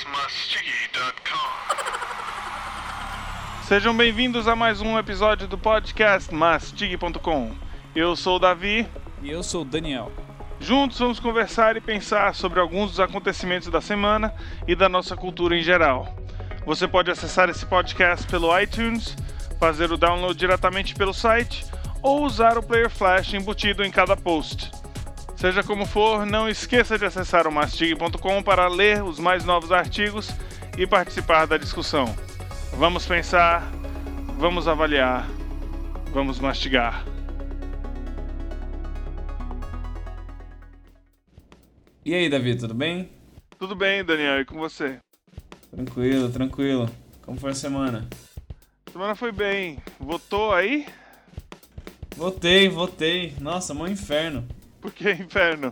podcastmastigi.com. Sejam bem-vindos a mais um episódio do podcast Mastig.com. Eu sou o Davi. E eu sou o Daniel. Juntos vamos conversar e pensar sobre alguns dos acontecimentos da semana e da nossa cultura em geral. Você pode acessar esse podcast pelo iTunes, fazer o download diretamente pelo site ou usar o player flash embutido em cada post. Seja como for, não esqueça de acessar o Mastig.com para ler os mais novos artigos e participar da discussão. Vamos pensar, vamos avaliar, vamos mastigar. E aí, Davi, tudo bem? Tudo bem, Daniel, e com você? Tranquilo. Como foi a semana? A semana foi bem. Votou aí? Votei. Nossa, mó inferno. Por que inferno?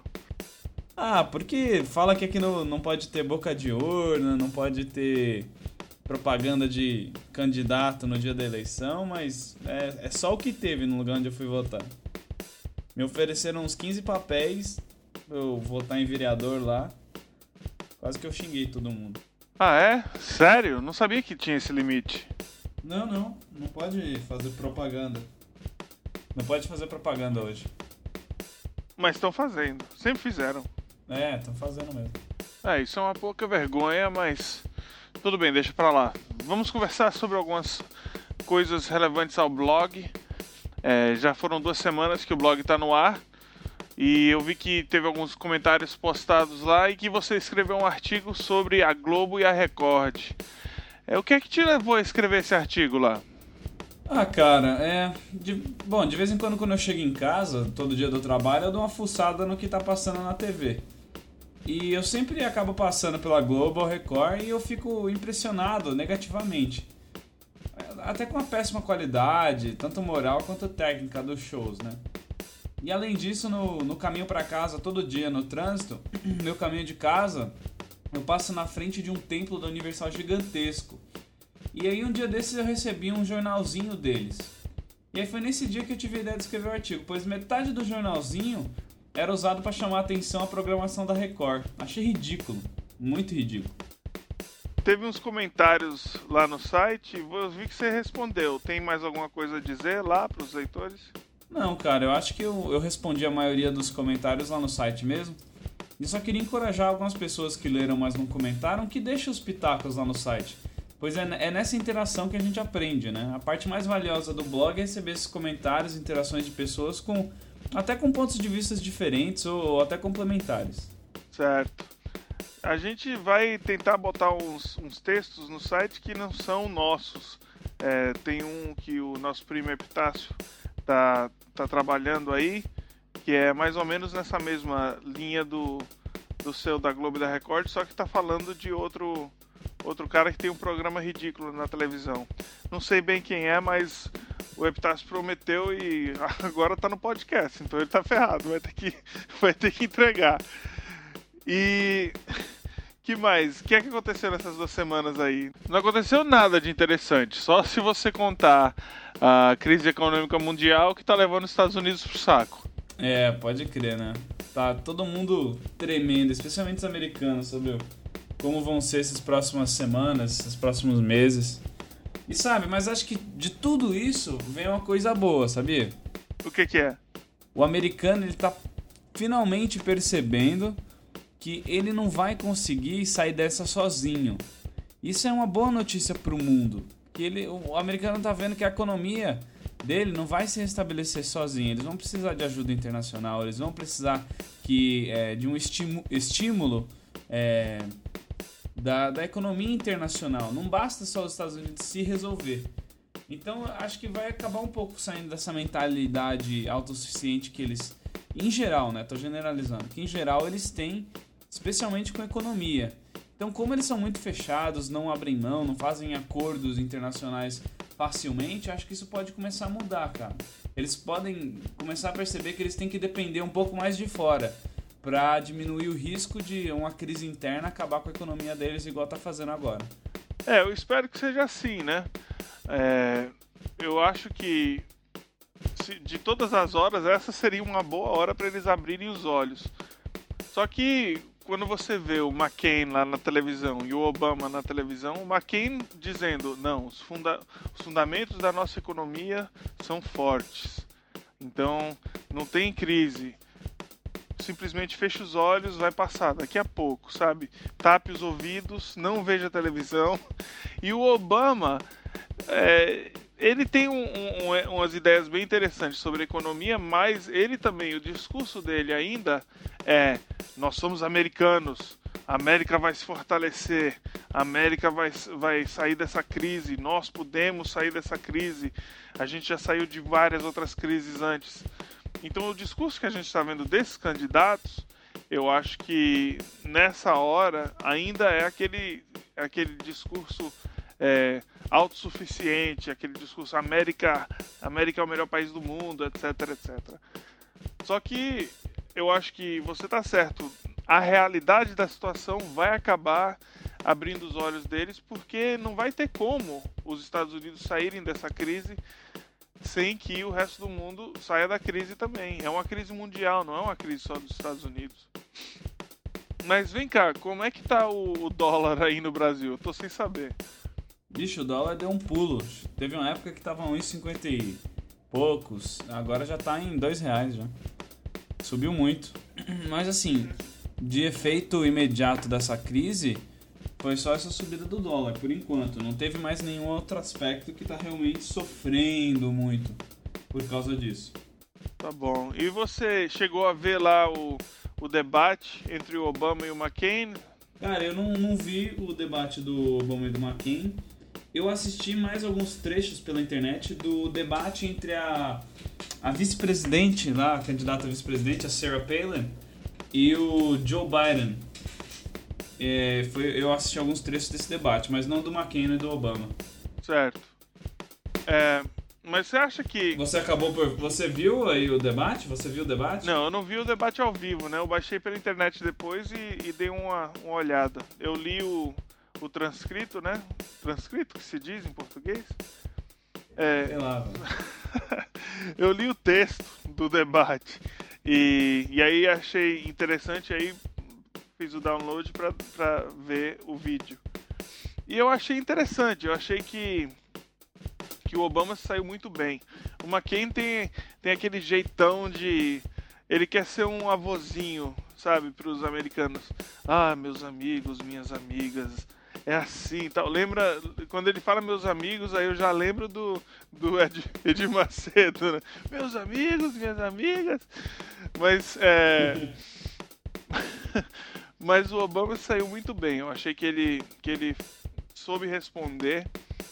Porque fala que aqui não pode ter boca de urna, não pode ter propaganda de candidato no dia da eleição, mas é só o que teve no lugar onde eu fui votar. Me ofereceram uns 15 papéis pra eu votar em vereador lá. Quase que eu xinguei todo mundo. Ah, é? Sério? Não sabia que tinha esse limite. Não pode fazer propaganda. Não pode fazer propaganda hoje. Mas estão fazendo. Sempre fizeram. Estão fazendo mesmo. Isso é uma pouca vergonha, mas tudo bem, deixa pra lá. Vamos conversar sobre algumas coisas relevantes ao blog. Já foram 2 semanas que o blog tá no ar. E eu vi que teve alguns comentários postados lá e que você escreveu um artigo sobre a Globo e a Record. O que é que te levou a escrever esse artigo lá? Cara, de vez em quando eu chego em casa, todo dia do trabalho, eu dou uma fuçada no que tá passando na TV. E eu sempre acabo passando pela Globo ou Record e eu fico impressionado negativamente. Até com a péssima qualidade, tanto moral quanto técnica dos shows, né? E além disso, no caminho pra casa, todo dia no trânsito, meu caminho de casa, eu passo na frente de um templo da Universal gigantesco. E aí um dia desses eu recebi um jornalzinho deles. E aí foi nesse dia que eu tive a ideia de escrever o artigo, pois metade do jornalzinho era usado para chamar a atenção à programação da Record. Achei ridículo, muito ridículo. Teve uns comentários lá no site, eu vi que você respondeu. Tem mais alguma coisa a dizer lá pros leitores? Não, cara, eu acho que eu respondi a maioria dos comentários lá no site mesmo. E só queria encorajar algumas pessoas que leram, mas não comentaram, que deixem os pitacos lá no site. Pois é nessa interação que a gente aprende, né? A parte mais valiosa do blog é receber esses comentários, interações de pessoas até com pontos de vista diferentes ou até complementares. Certo. A gente vai tentar botar uns textos no site que não são nossos. Tem um que o nosso primo Epitácio tá trabalhando aí, que é mais ou menos nessa mesma linha do seu da Globo e da Record, só que tá falando de outro cara que tem um programa ridículo na televisão. Não sei bem quem é, mas o Epitácio prometeu e agora tá no podcast, então ele tá ferrado, vai ter que entregar. E que mais? O que é que aconteceu nessas 2 semanas aí? Não aconteceu nada de interessante, só se você contar a crise econômica mundial que tá levando os Estados Unidos pro saco. Pode crer, né? Tá todo mundo tremendo, especialmente os americanos, sobre como vão ser essas próximas semanas, esses próximos meses. E sabe, mas acho que de tudo isso vem uma coisa boa, sabia? O que é? O americano, ele tá finalmente percebendo que ele não vai conseguir sair dessa sozinho. Isso é uma boa notícia pro mundo. O americano tá vendo que a economia dele não vai se restabelecer sozinho. Eles vão precisar de ajuda internacional, eles vão precisar de um estímulo da economia internacional. Não basta só os Estados Unidos se resolver. Então acho que vai acabar um pouco saindo dessa mentalidade autossuficiente que eles, em geral, né, tô generalizando, que em geral eles têm, especialmente com a economia. Então, como eles são muito fechados, não abrem mão, não fazem acordos internacionais facilmente, acho que isso pode começar a mudar, cara. Eles podem começar a perceber que eles têm que depender um pouco mais de fora para diminuir o risco de uma crise interna acabar com a economia deles igual tá fazendo agora. Eu espero que seja assim, né? Eu acho que de todas as horas, essa seria uma boa hora para eles abrirem os olhos. Só que quando você vê o McCain lá na televisão e o Obama na televisão, o McCain dizendo, não, os fundamentos da nossa economia são fortes, então não tem crise, simplesmente feche os olhos, vai passar daqui a pouco, sabe? Tape os ouvidos, não veja televisão. E o Obama, ele tem umas ideias bem interessantes sobre economia, mas ele também, o discurso dele ainda é: nós somos americanos, a América vai se fortalecer, a América vai sair dessa crise, nós podemos sair dessa crise, a gente já saiu de várias outras crises antes. Então o discurso que a gente está vendo desses candidatos, eu acho que nessa hora ainda é aquele discurso autossuficiente, aquele discurso América é o melhor país do mundo, etc, etc. Só que eu acho que você está certo, a realidade da situação vai acabar abrindo os olhos deles, porque não vai ter como os Estados Unidos saírem dessa crise sem que o resto do mundo saia da crise também. É uma crise mundial, não é uma crise só dos Estados Unidos. Mas vem cá, como é que tá o dólar aí no Brasil? Eu tô sem saber. Bicho, o dólar deu um pulo. Teve uma época que tava 1,50 e poucos, agora já tá em R$2 já. Subiu muito. Mas assim, de efeito imediato dessa crise, foi só essa subida do dólar, por enquanto. Não teve mais nenhum outro aspecto que tá realmente sofrendo muito por causa disso. Tá bom. E você chegou a ver lá o debate entre o Obama e o McCain? Cara, eu não vi o debate do Obama e do McCain. Eu assisti mais alguns trechos pela internet do debate entre a vice-presidente lá, a candidata a vice-presidente, a Sarah Palin, e o Joe Biden. Eu assisti alguns trechos desse debate, mas não do McCain e do Obama. Certo. Mas você acha que... Você viu aí o debate? Você viu o debate? Não, eu não vi o debate ao vivo, né? Eu baixei pela internet depois e dei uma olhada. Eu li o transcrito, né? Transcrito que se diz em português? Sei lá, velho. Eu li o texto do debate e aí achei interessante, aí fiz o download pra ver o vídeo. E eu achei interessante, eu achei que o Obama saiu muito bem. O McCain tem aquele jeitão de... Ele quer ser um avôzinho, sabe, pros americanos. Ah, meus amigos, minhas amigas, é assim e tal. Lembra, quando ele fala meus amigos, aí eu já lembro do Edir Macedo, né? Meus amigos, minhas amigas. Mas, mas o Obama saiu muito bem. Eu achei que ele soube responder.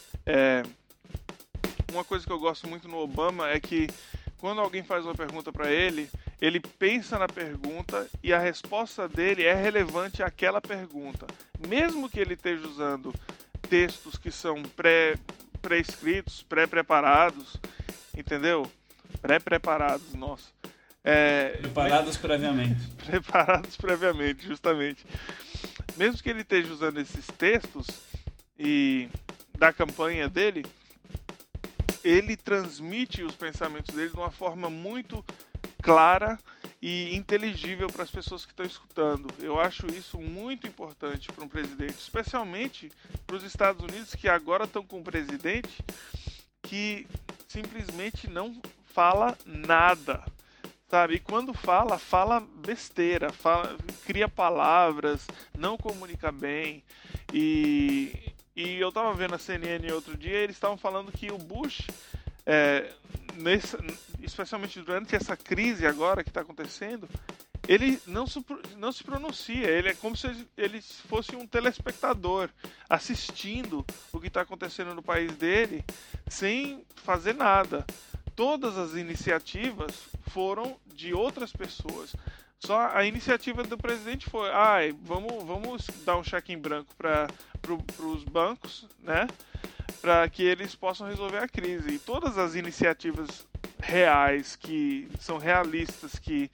Uma coisa que eu gosto muito no Obama é que quando alguém faz uma pergunta para ele pensa na pergunta e a resposta dele é relevante àquela pergunta. Mesmo que ele esteja usando textos que são pré-escritos, pré-preparados, entendeu? Pré-preparados, nossa. Preparados previamente. Preparados previamente, justamente. Mesmo que ele esteja usando esses textos e da campanha dele, ele transmite os pensamentos dele de uma forma muito clara e inteligível para as pessoas que estão escutando. Eu acho isso muito importante para um presidente, especialmente para os Estados Unidos, que agora estão com um presidente que simplesmente não fala nada, sabe? E quando fala besteira, cria palavras, não comunica bem. E eu estava vendo a CNN outro dia, eles estavam falando que o Bush, especialmente durante essa crise agora que está acontecendo, ele não se pronuncia, ele é como se ele fosse um telespectador assistindo o que está acontecendo no país dele sem fazer nada. Todas as iniciativas foram de outras pessoas. Só a iniciativa do presidente foi: vamos dar um cheque em branco para os bancos, né, para que eles possam resolver a crise. E todas as iniciativas reais, que são realistas, que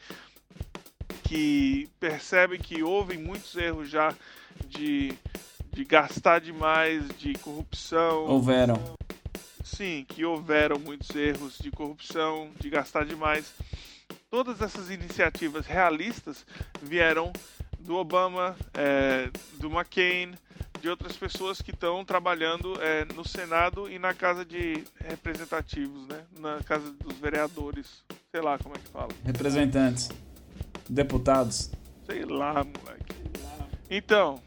percebem que houve muitos erros já de gastar demais, de corrupção. Houveram. Sim, que houveram muitos erros de corrupção, de gastar demais. Todas essas iniciativas realistas vieram do Obama, do McCain, de outras pessoas que estão trabalhando no Senado e na Casa de Representativos, né? Na Casa dos Vereadores, sei lá como é que fala. Representantes, deputados. Sei lá, moleque. Então,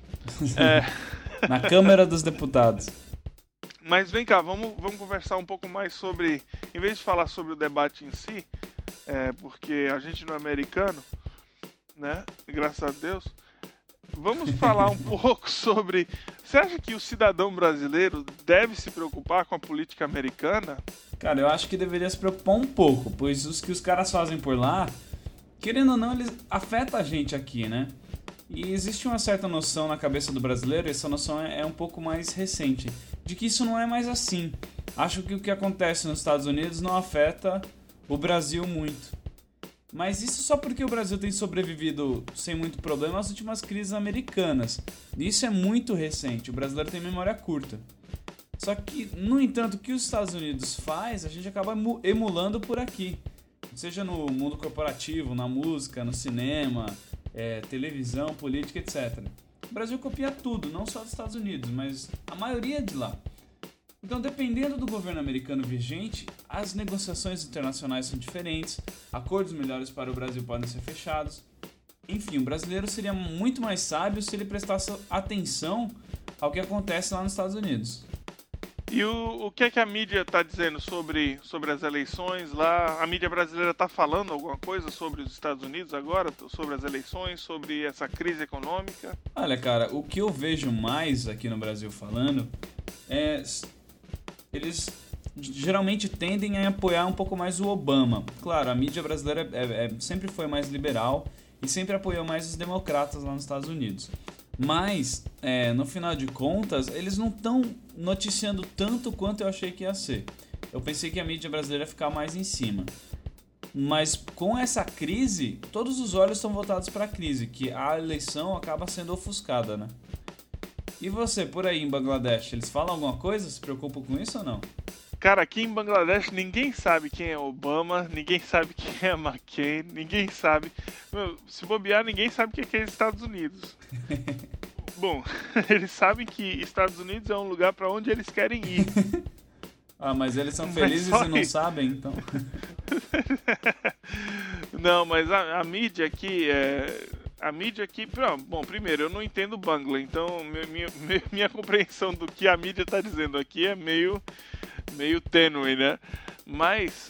na Câmara dos Deputados. Mas vem cá, vamos conversar um pouco mais sobre, em vez de falar sobre o debate em si, porque a gente não é americano, né? Graças a Deus. Vamos falar um pouco sobre... Você acha que o cidadão brasileiro deve se preocupar com a política americana? Cara, eu acho que deveria se preocupar um pouco, pois os que os caras fazem por lá, querendo ou não, eles afetam a gente aqui, né? E existe uma certa noção na cabeça do brasileiro, e essa noção é um pouco mais recente, de que isso não é mais assim. Acho que o que acontece nos Estados Unidos não afeta o Brasil muito. Mas isso só porque o Brasil tem sobrevivido sem muito problema às últimas crises americanas. Isso é muito recente, o brasileiro tem memória curta. Só que, no entanto, o que os Estados Unidos faz, a gente acaba emulando por aqui. Seja no mundo corporativo, na música, no cinema, televisão, política, etc. O Brasil copia tudo, não só dos Estados Unidos, mas a maioria de lá. Então, dependendo do governo americano vigente, as negociações internacionais são diferentes, acordos melhores para o Brasil podem ser fechados. Enfim, o brasileiro seria muito mais sábio se ele prestasse atenção ao que acontece lá nos Estados Unidos. E o que é que a mídia está dizendo sobre as eleições lá? A mídia brasileira está falando alguma coisa sobre os Estados Unidos agora? Sobre as eleições, sobre essa crise econômica? Olha, cara, o que eu vejo mais aqui no Brasil falando é... Eles geralmente tendem a apoiar um pouco mais o Obama. Claro, a mídia brasileira sempre foi mais liberal e sempre apoiou mais os democratas lá nos Estados Unidos. Mas, no final de contas, eles não estão noticiando tanto quanto eu achei que ia ser. Eu pensei que a mídia brasileira ia ficar mais em cima. Mas com essa crise, todos os olhos estão voltados para a crise, que a eleição acaba sendo ofuscada, né? E você, por aí em Bangladesh, eles falam alguma coisa? Se preocupam com isso ou não? Cara, aqui em Bangladesh ninguém sabe quem é Obama, ninguém sabe quem é McCain, ninguém sabe... Meu, se bobear, ninguém sabe o que é Estados Unidos. Bom, eles sabem que Estados Unidos é um lugar para onde eles querem ir. Ah, mas eles são felizes e não sabem, então... Não, mas a mídia aqui A mídia aqui... Bom, primeiro, eu não entendo Bangla, então minha compreensão do que a mídia está dizendo aqui é meio tênue, né? Mas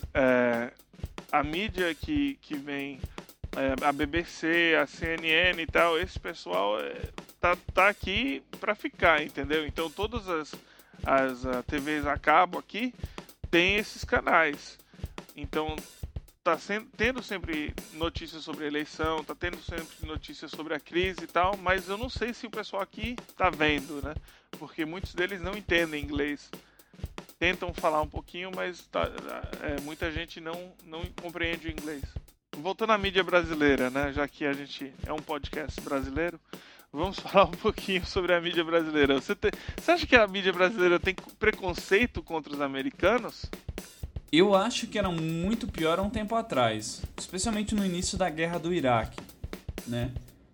a mídia que vem, a BBC, a CNN e tal, esse pessoal tá aqui para ficar, entendeu? Então todas as TVs a cabo aqui tem esses canais. Então tá tendo sempre notícias sobre a eleição, tá tendo sempre notícias sobre a crise e tal, mas eu não sei se o pessoal aqui tá vendo, né? Porque muitos deles não entendem inglês. Tentam falar um pouquinho, mas muita gente não compreende o inglês. Voltando à mídia brasileira, né? Já que a gente é um podcast brasileiro, vamos falar um pouquinho sobre a mídia brasileira. Você acha que a mídia brasileira tem preconceito contra os americanos? Eu acho que era muito pior há um tempo atrás, especialmente no início da guerra do Iraque, né?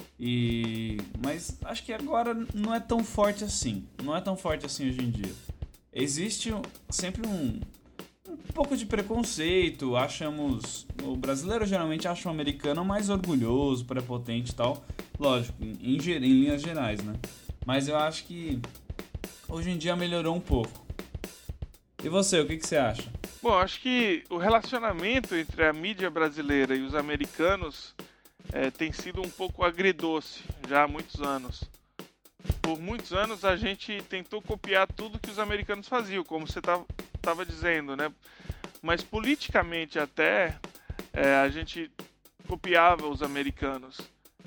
Mas acho que agora não é tão forte assim, hoje em dia. Existe sempre um pouco de preconceito, o brasileiro geralmente acha o americano mais orgulhoso, prepotente e tal, lógico, em linhas gerais, né? Mas eu acho que hoje em dia melhorou um pouco. E você, o que você acha? Bom, acho que o relacionamento entre a mídia brasileira e os americanos tem sido um pouco agridoce já há muitos anos. Por muitos anos a gente tentou copiar tudo que os americanos faziam, como você estava dizendo, né? Mas politicamente até a gente copiava os americanos.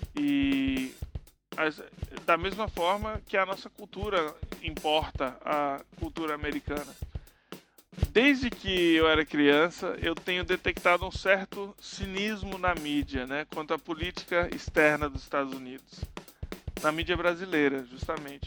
E da mesma forma que a nossa cultura importa a cultura americana. Desde que eu era criança, eu tenho detectado um certo cinismo na mídia, né, quanto à política externa dos Estados Unidos. Na mídia brasileira, justamente.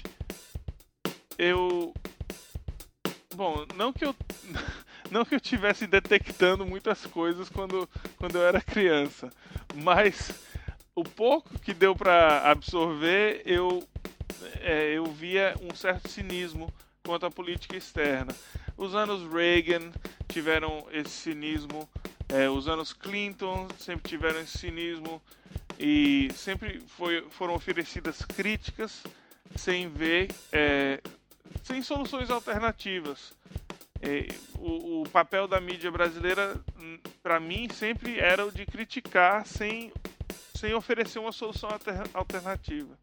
Bom, não que eu estivesse detectando muitas coisas quando eu era criança, mas o pouco que deu para absorver, eu via um certo cinismo quanto à política externa. Os anos Reagan tiveram esse cinismo, os anos Clinton sempre tiveram esse cinismo, e sempre foram oferecidas críticas sem ver, sem soluções alternativas. O papel da mídia brasileira, para mim, sempre era o de criticar sem oferecer uma solução alternativa.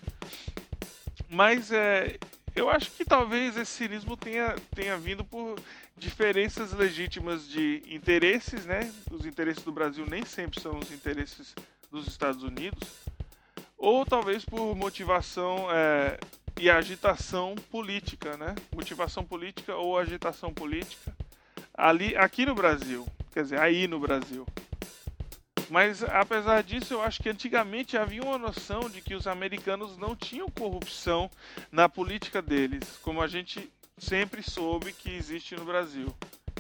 Mas eu acho que talvez esse cinismo tenha vindo por diferenças legítimas de interesses, né? Os interesses do Brasil nem sempre são os interesses dos Estados Unidos, ou talvez por motivação e agitação política, né? Motivação política ou agitação política aqui no Brasil, quer dizer, aí no Brasil. Mas apesar disso, eu acho que antigamente havia uma noção de que os americanos não tinham corrupção na política deles, como a gente sempre soube que existe no Brasil.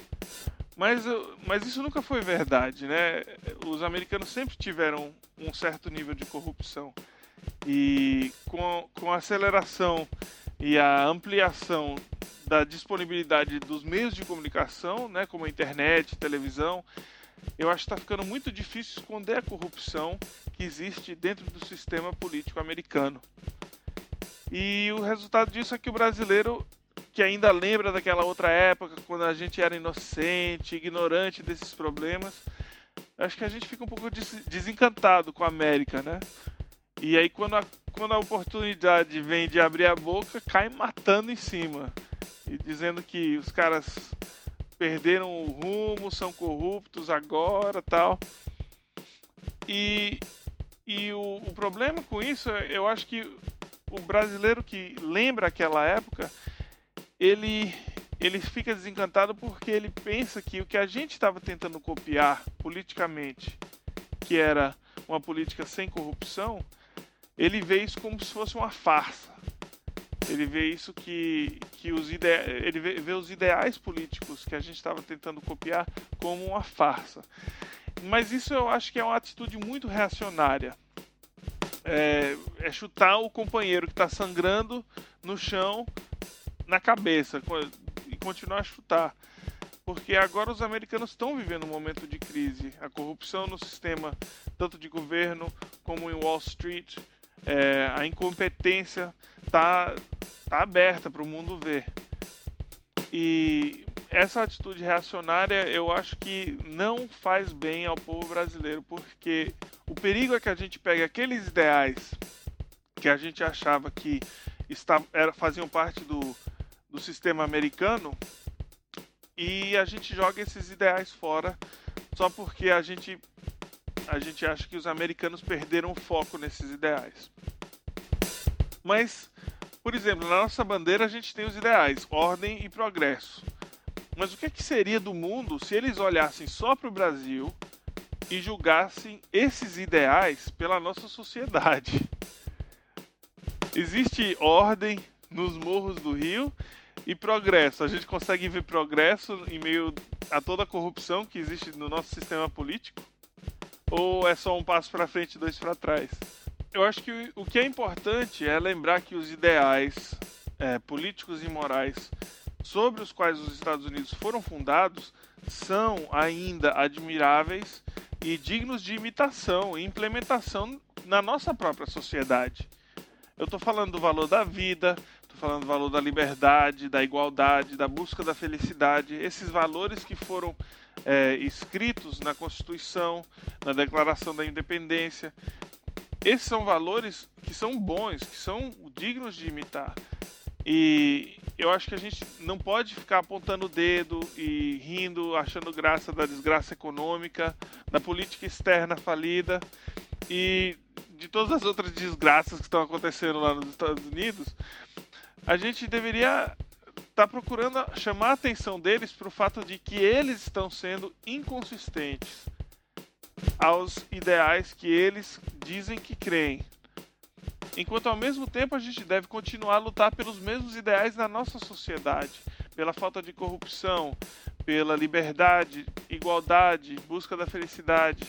Mas isso nunca foi verdade, né? Os americanos sempre tiveram um certo nível de corrupção. E com a aceleração e a ampliação da disponibilidade dos meios de comunicação, né, como a internet, televisão, eu acho que está ficando muito difícil esconder a corrupção que existe dentro do sistema político americano. E o resultado disso é que o brasileiro, que ainda lembra daquela outra época, quando a gente era inocente, ignorante desses problemas, acho que a gente fica um pouco desencantado com a América, né? E aí quando a oportunidade vem de abrir a boca, cai matando em cima. E dizendo que os caras perderam o rumo, são corruptos agora, tal. E o problema com isso, eu acho que o brasileiro que lembra aquela época, ele fica desencantado porque ele pensa que o que a gente estava tentando copiar politicamente, que era uma política sem corrupção, ele vê isso como se fosse uma farsa. Ele vê isso ele vê os ideais políticos que a gente estava tentando copiar como uma farsa. Mas isso eu acho que é uma atitude muito reacionária. É chutar o companheiro que está sangrando no chão na cabeça e continuar a chutar. Porque agora os americanos estão vivendo um momento de crise. A corrupção no sistema, tanto de governo como em Wall Street, a incompetência está aberta para o mundo ver. E essa atitude reacionária eu acho que não faz bem ao povo brasileiro, porque o perigo é que a gente pegue aqueles ideais que a gente achava que faziam parte do sistema americano e a gente joga esses ideais fora só porque a gente acha que os americanos perderam o foco nesses ideais. Mas, por exemplo, na nossa bandeira a gente tem os ideais, ordem e progresso. Mas o que seria do mundo se eles olhassem só para o Brasil e julgassem esses ideais pela nossa sociedade? Existe ordem nos morros do Rio e progresso. A gente consegue ver progresso em meio a toda a corrupção que existe no nosso sistema político? Ou é só um passo para frente e dois para trás? Eu acho que o que é importante é lembrar que os ideais políticos e morais sobre os quais os Estados Unidos foram fundados são ainda admiráveis e dignos de imitação e implementação na nossa própria sociedade. Eu estou falando do valor da vida, estou falando do valor da liberdade, da igualdade, da busca da felicidade, esses valores que foram escritos na Constituição, na Declaração da Independência. Esses são valores que são bons, que são dignos de imitar. E eu acho que a gente não pode ficar apontando o dedo e rindo, achando graça da desgraça econômica, da política externa falida e de todas as outras desgraças que estão acontecendo lá nos Estados Unidos. A gente deveria estar procurando chamar a atenção deles para o fato de que eles estão sendo inconsistentes aos ideais que eles dizem que creem. Enquanto ao mesmo tempo a gente deve continuar a lutar pelos mesmos ideais na nossa sociedade, pela falta de corrupção, pela liberdade, igualdade, busca da felicidade.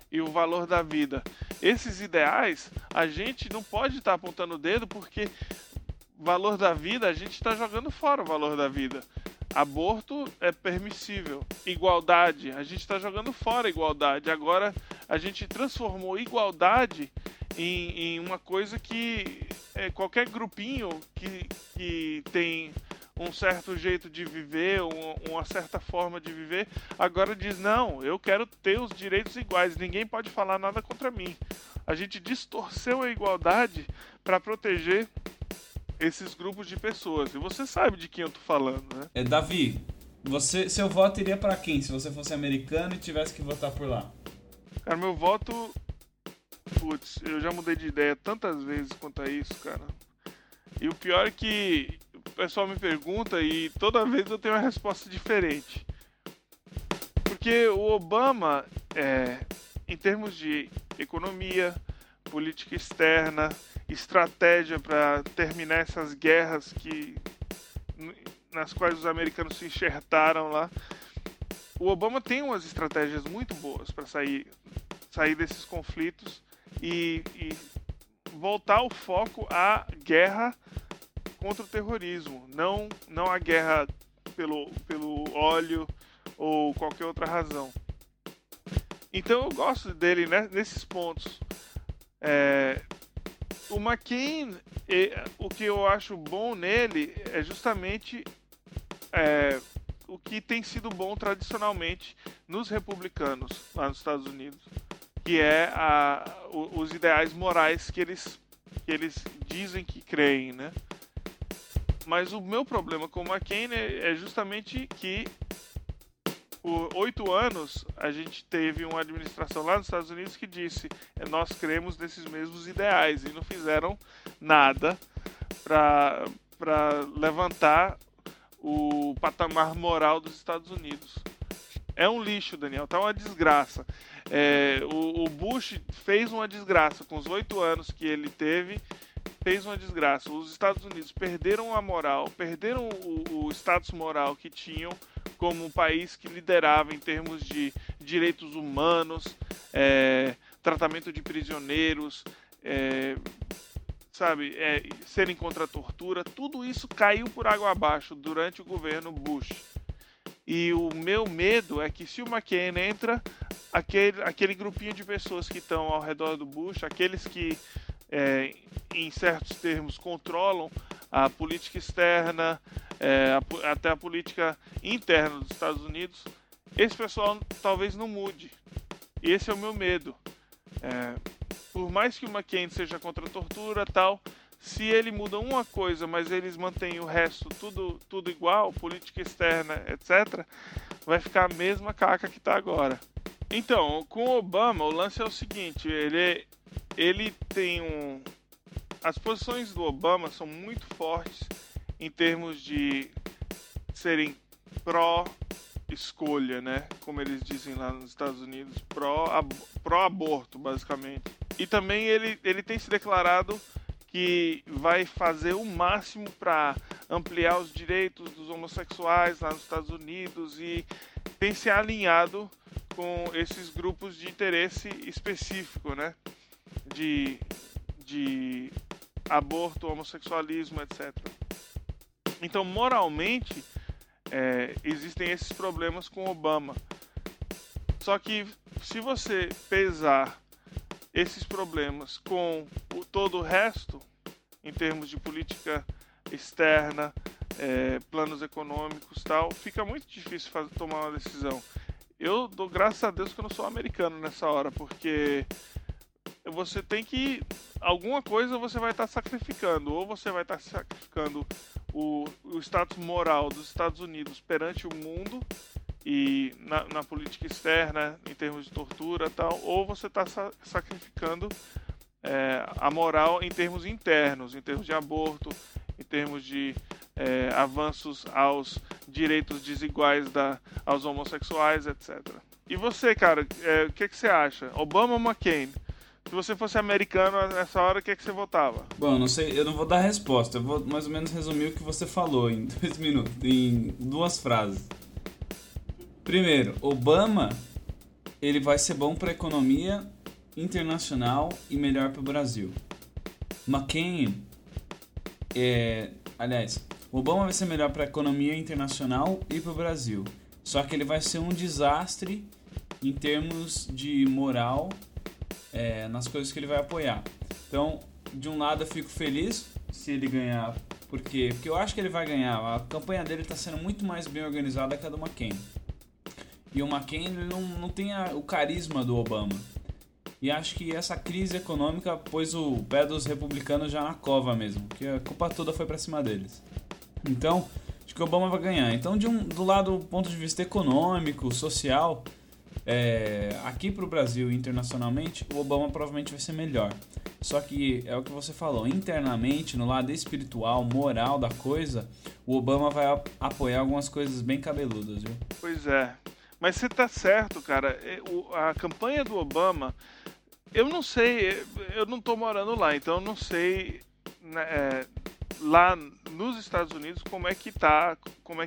e o valor da vida. Esses ideais, a gente não pode estar apontando o dedo, porque valor da vida, a gente está jogando fora o valor da vida. Aborto é permissível. Igualdade, a gente está jogando fora a igualdade. Agora a gente transformou igualdade em uma coisa que qualquer grupinho que tem um certo jeito de viver, uma certa forma de viver, agora diz: não, eu quero ter os direitos iguais, ninguém pode falar nada contra mim. A gente distorceu a igualdade para proteger esses grupos de pessoas. E você sabe de quem eu tô falando, né? Davi, seu voto iria para quem se você fosse americano e tivesse que votar por lá? Cara, meu voto... Putz, eu já mudei de ideia tantas vezes quanto a isso, cara. E o pior é que o pessoal me pergunta e toda vez eu tenho uma resposta diferente. Porque o Obama, em termos de economia, política externa, estratégia para terminar essas guerras nas quais os americanos se enxertaram lá, o Obama tem umas estratégias muito boas para sair desses conflitos e voltar o foco à guerra contra o terrorismo, não a guerra pelo óleo ou qualquer outra razão. Então eu gosto dele, né, nesses pontos. O McCain, o que eu acho bom nele é justamente o que tem sido bom tradicionalmente nos republicanos lá nos Estados Unidos, que é os ideais morais que eles dizem que creem, né? Mas o meu problema com o McCain é justamente que por 8 anos a gente teve uma administração lá nos Estados Unidos que disse: nós cremos nesses mesmos ideais, e não fizeram nada para levantar o patamar moral dos Estados Unidos. É um lixo, Daniel, tá uma desgraça. O Bush fez uma desgraça com os 8 anos que ele teve, fez uma desgraça. Os Estados Unidos perderam a moral, perderam o status moral que tinham como um país que liderava em termos de direitos humanos, tratamento de prisioneiros, serem contra a tortura. Tudo isso caiu por água abaixo durante o governo Bush. E o meu medo é que, se o McCain entra, aquele grupinho de pessoas que estão ao redor do Bush, aqueles que, em certos termos, controlam a política externa, até a política interna dos Estados Unidos, esse pessoal talvez não mude. E esse é o meu medo. Por mais que o McCain seja contra a tortura e tal, se ele muda uma coisa, mas eles mantêm o resto tudo igual, política externa, etc., vai ficar a mesma caca que está agora. Então, com o Obama, o lance é o seguinte: ele tem as posições do Obama são muito fortes em termos de serem pró-escolha, né? Como eles dizem lá nos Estados Unidos, pró-aborto, basicamente. E também ele tem se declarado que vai fazer o máximo para ampliar os direitos dos homossexuais lá nos Estados Unidos, e tem se alinhado com esses grupos de interesse específico, né? De aborto, homossexualismo, etc. Então, moralmente, existem esses problemas com Obama. Só que, se você pesar esses problemas com todo o resto, em termos de política externa, planos econômicos e tal, fica muito difícil tomar uma decisão. Eu dou graças a Deus que eu não sou americano nessa hora, porque você tem que... alguma coisa você vai estar sacrificando. Ou você vai estar sacrificando o status moral dos Estados Unidos perante o mundo e na política externa, em termos de tortura e tal, ou você está sacrificando a moral em termos internos, em termos de aborto, em termos de avanços aos direitos desiguais aos homossexuais, etc. E você, cara, o que você acha? Obama ou McCain? Se você fosse americano nessa hora, o que você votava? Bom, não sei, eu não vou dar resposta. Eu vou mais ou menos resumir o que você falou em 2 minutos, em 2 frases. Primeiro, Obama, ele vai ser bom para a economia internacional e melhor para o Brasil. McCain, aliás, o Obama vai ser melhor para a economia internacional e para o Brasil. Só que ele vai ser um desastre em termos de moral nas coisas que ele vai apoiar. Então, de um lado eu fico feliz se ele ganhar. Porque eu acho que ele vai ganhar. A campanha dele está sendo muito mais bem organizada que a do McCain. E o McCain ele não tem o carisma do Obama. E acho que essa crise econômica pôs o pé dos republicanos já na cova mesmo. Que a culpa toda foi para cima deles. Então, acho que o Obama vai ganhar. Então, do lado do ponto de vista econômico, social, aqui para o Brasil e internacionalmente, o Obama provavelmente vai ser melhor. Só que é o que você falou, internamente, no lado espiritual, moral da coisa, o Obama vai apoiar algumas coisas bem cabeludas, viu? Pois é. Mas você tá certo, cara. A campanha do Obama, eu não sei, eu não tô morando lá, então eu não sei lá nos Estados Unidos como é que tá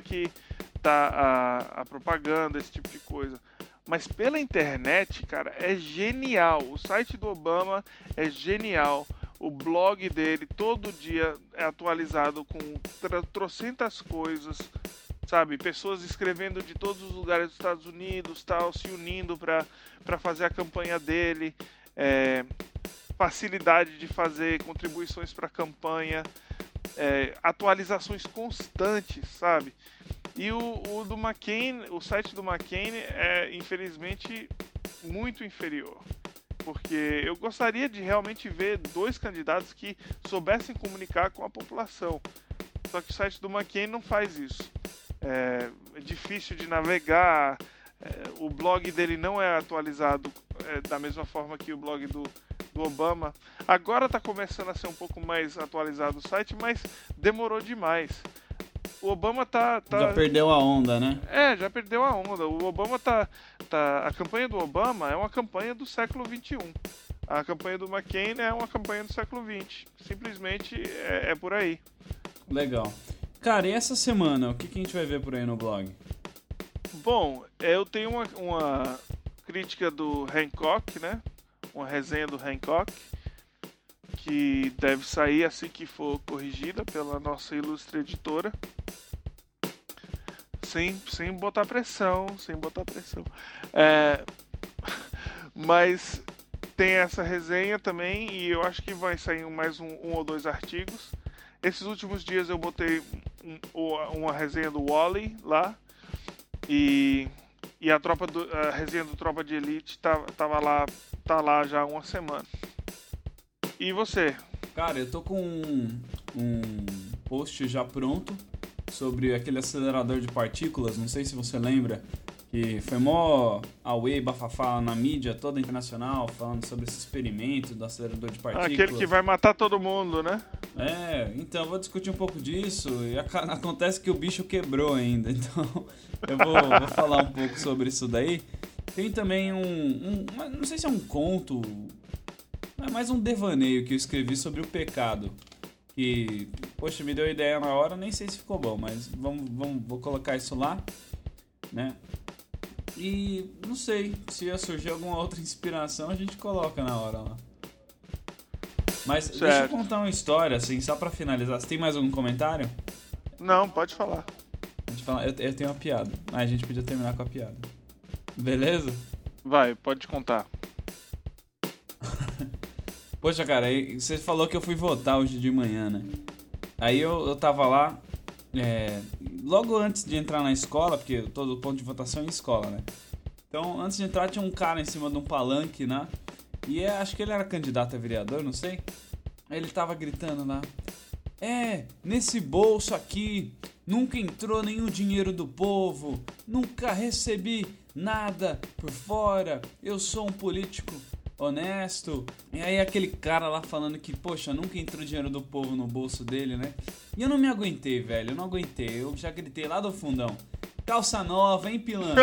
a propaganda, esse tipo de coisa. Mas pela internet, cara, é genial. O site do Obama é genial. O blog dele todo dia é atualizado com trocentas coisas, sabe? Pessoas escrevendo de todos os lugares dos Estados Unidos, tal, se unindo para fazer a campanha dele. Facilidade de fazer contribuições para a campanha. Atualizações constantes, sabe? E o do McCain, o site do McCain é, infelizmente, muito inferior. Porque eu gostaria de realmente ver dois candidatos que soubessem comunicar com a população. Só que o site do McCain não faz isso. É difícil de navegar, o blog dele não é atualizado da mesma forma que o blog do Obama. Agora está começando a ser um pouco mais atualizado o site, mas demorou demais. O Obama já perdeu a onda, né? Já perdeu a onda. O Obama a campanha do Obama é uma campanha do século XXI. A campanha do McCain é uma campanha do século XX. Simplesmente é por aí. Legal. Cara, e essa semana, o que a gente vai ver por aí no blog? Bom, eu tenho uma crítica do Hancock, né? Uma resenha do Hancock, que deve sair assim que for corrigida pela nossa ilustre editora. Sem botar pressão. Mas tem essa resenha também, e eu acho que vai sair mais um ou dois artigos. Esses últimos dias eu botei uma resenha do Wally lá, e a resenha do Tropa de Elite tá lá já há uma semana. E você? Cara, eu tô com um post já pronto sobre aquele acelerador de partículas, não sei se você lembra, que foi mó away, bafafá na mídia toda internacional, falando sobre esse experimento do acelerador de partículas. Aquele que vai matar todo mundo, né? Então eu vou discutir um pouco disso, e acontece que o bicho quebrou ainda, então eu vou falar um pouco sobre isso daí. Tem também não sei se é um conto, é mais um devaneio que eu escrevi sobre o pecado. Que, poxa, me deu ideia na hora, nem sei se ficou bom, mas vou colocar isso lá, né? E não sei, se surgir alguma outra inspiração, a gente coloca na hora lá. Mas certo. Deixa eu contar uma história, assim, só pra finalizar. Você tem mais algum comentário? Não, pode falar. Eu tenho uma piada. A gente podia terminar com a piada. Beleza? Vai, pode contar. Poxa, cara, você falou que eu fui votar hoje de manhã, né? Aí eu tava lá, logo antes de entrar na escola, porque todo ponto de votação é em escola, né? Então, antes de entrar, tinha um cara em cima de um palanque, né? E acho que ele era candidato a vereador, não sei. Aí ele tava gritando lá: nesse bolso aqui nunca entrou nenhum dinheiro do povo, nunca recebi nada por fora, eu sou um político honesto. E aí aquele cara lá falando que, poxa, nunca entrou dinheiro do povo no bolso dele, né? E eu não me aguentei, velho, eu já gritei lá do fundão: calça nova, hein, pilantra?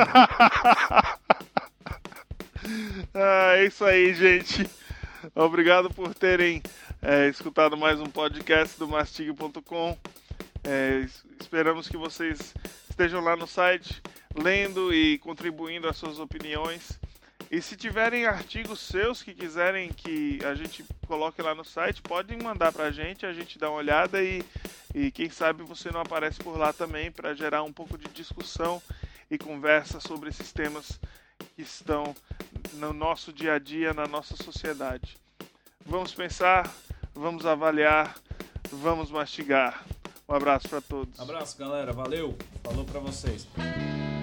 É isso aí, gente. Obrigado por terem escutado mais um podcast do Mastigue.com. Esperamos que vocês estejam lá no site lendo e contribuindo as suas opiniões. E se tiverem artigos seus que quiserem que a gente coloque lá no site, podem mandar pra gente, a gente dá uma olhada e quem sabe você não aparece por lá também para gerar um pouco de discussão e conversa sobre esses temas que estão no nosso dia a dia, na nossa sociedade. Vamos pensar, vamos avaliar, vamos mastigar. Um abraço para todos. Abraço, galera. Valeu. Falou para vocês.